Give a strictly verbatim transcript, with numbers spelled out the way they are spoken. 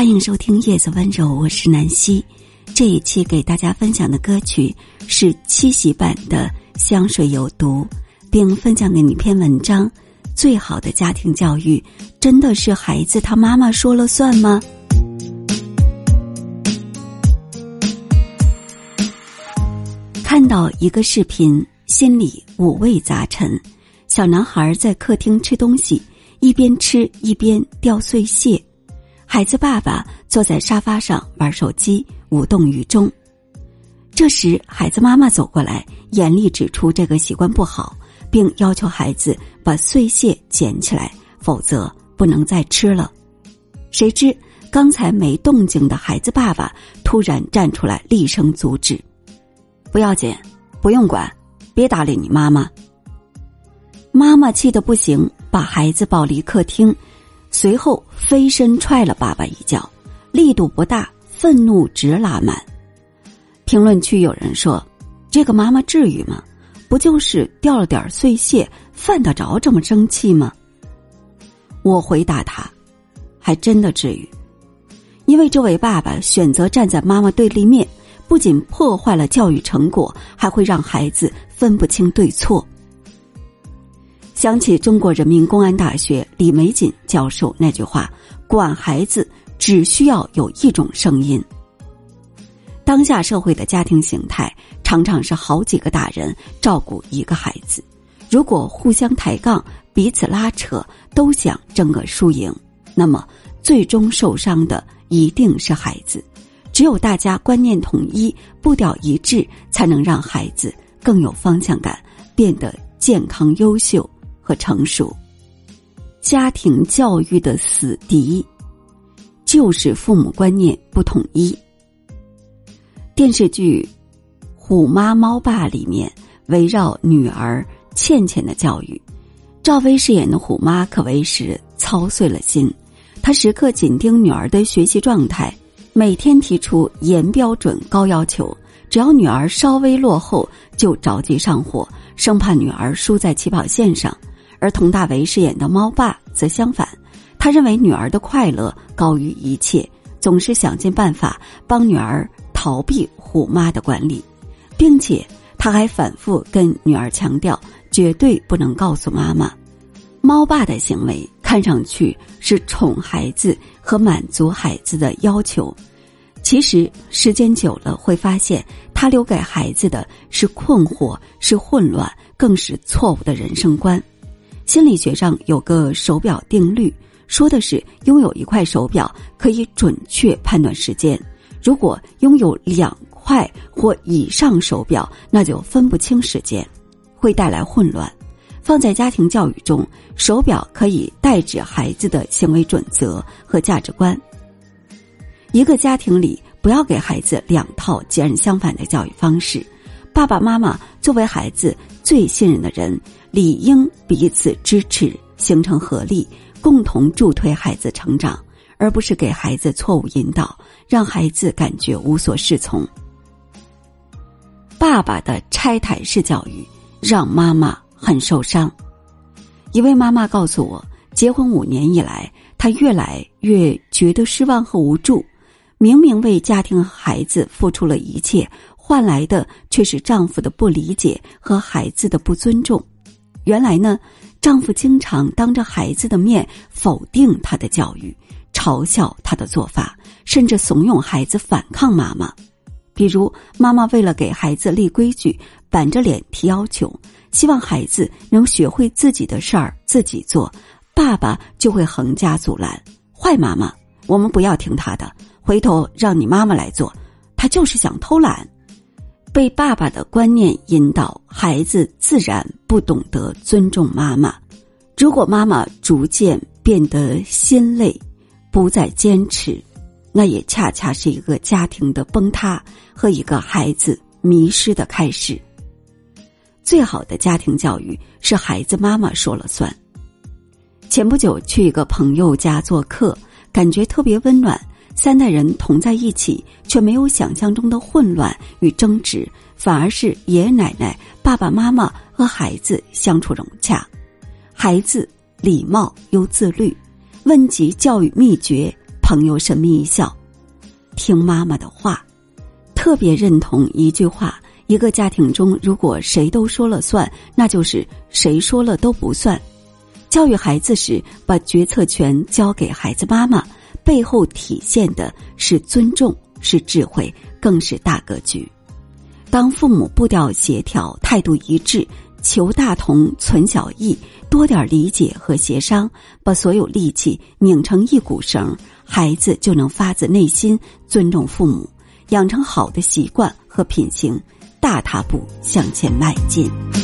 欢迎收听夜色温柔，我是南希。这一期给大家分享的歌曲是七喜版的香水有毒，并分享给你一篇文章。最好的家庭教育真的是孩子他妈妈说了算吗？看到一个视频，心里五味杂陈。小男孩在客厅吃东西，一边吃一边掉碎屑，孩子爸爸坐在沙发上玩手机，无动于衷。这时孩子妈妈走过来，严厉指出这个习惯不好，并要求孩子把碎屑捡起来，否则不能再吃了。谁知刚才没动静的孩子爸爸突然站出来，厉声阻止：不要捡，不用管，别搭理你妈妈。妈妈气得不行，把孩子抱离客厅，随后飞身踹了爸爸一脚，力度不大，愤怒直拉满。评论区有人说，这个妈妈至于吗？不就是掉了点碎屑，犯得着这么生气吗？我回答他，还真的至于。因为这位爸爸选择站在妈妈对立面，不仅破坏了教育成果，还会让孩子分不清对错。想起中国人民公安大学李玫瑾教授那句话，管孩子只需要有一种声音。当下社会的家庭形态常常是好几个大人照顾一个孩子，如果互相抬杠，彼此拉扯，都想争个输赢，那么最终受伤的一定是孩子。只有大家观念统一，步调一致，才能让孩子更有方向感，变得健康优秀和成熟。家庭教育的死敌就是父母观念不统一。电视剧《虎妈猫爸》里面围绕女儿倩倩的教育，赵薇饰演的虎妈可谓是操碎了心。她时刻紧盯女儿的学习状态，每天提出严标准高要求，只要女儿稍微落后就着急上火，生怕女儿输在起跑线上。而佟大为饰演的猫爸则相反，他认为女儿的快乐高于一切，总是想尽办法帮女儿逃避虎妈的管理，并且他还反复跟女儿强调，绝对不能告诉妈妈。猫爸的行为看上去是宠孩子和满足孩子的要求，其实时间久了会发现，他留给孩子的是困惑，是混乱，更是错误的人生观。心理学上有个手表定律，说的是拥有一块手表可以准确判断时间，如果拥有两块或以上手表，那就分不清时间，会带来混乱。放在家庭教育中，手表可以代指孩子的行为准则和价值观。一个家庭里不要给孩子两套截然相反的教育方式，爸爸妈妈作为孩子最信任的人，理应彼此支持，形成合力，共同助推孩子成长，而不是给孩子错误引导，让孩子感觉无所适从。爸爸的拆台式教育让妈妈很受伤。一位妈妈告诉我，结婚五年以来，她越来越觉得失望和无助。明明为家庭和孩子付出了一切，换来的却是丈夫的不理解和孩子的不尊重。原来呢，丈夫经常当着孩子的面否定她的教育，嘲笑她的做法，甚至怂恿孩子反抗妈妈。比如妈妈为了给孩子立规矩，板着脸提要求，希望孩子能学会自己的事儿自己做，爸爸就会横加阻拦。坏妈妈，我们不要听她的，回头让你妈妈来做，她就是想偷懒。被爸爸的观念引导，孩子自然不懂得尊重妈妈。如果妈妈逐渐变得心累，不再坚持，那也恰恰是一个家庭的崩塌和一个孩子迷失的开始。最好的家庭教育是孩子妈妈说了算。前不久去一个朋友家做客，感觉特别温暖，三代人同在一起，却没有想象中的混乱与争执，反而是爷爷奶奶、爸爸妈妈和孩子相处融洽。孩子礼貌又自律，问及教育秘诀， 朋友神秘一笑，听妈妈的话。特别认同一句话，一个家庭中如果谁都说了算，那就是谁说了都不算。教育孩子时，把决策权交给孩子妈妈，背后体现的是尊重，是智慧，更是大格局。当父母步调协调，态度一致，求大同存小异，多点理解和协商，把所有力气拧成一股绳，孩子就能发自内心尊重父母，养成好的习惯和品行，大踏步向前迈进。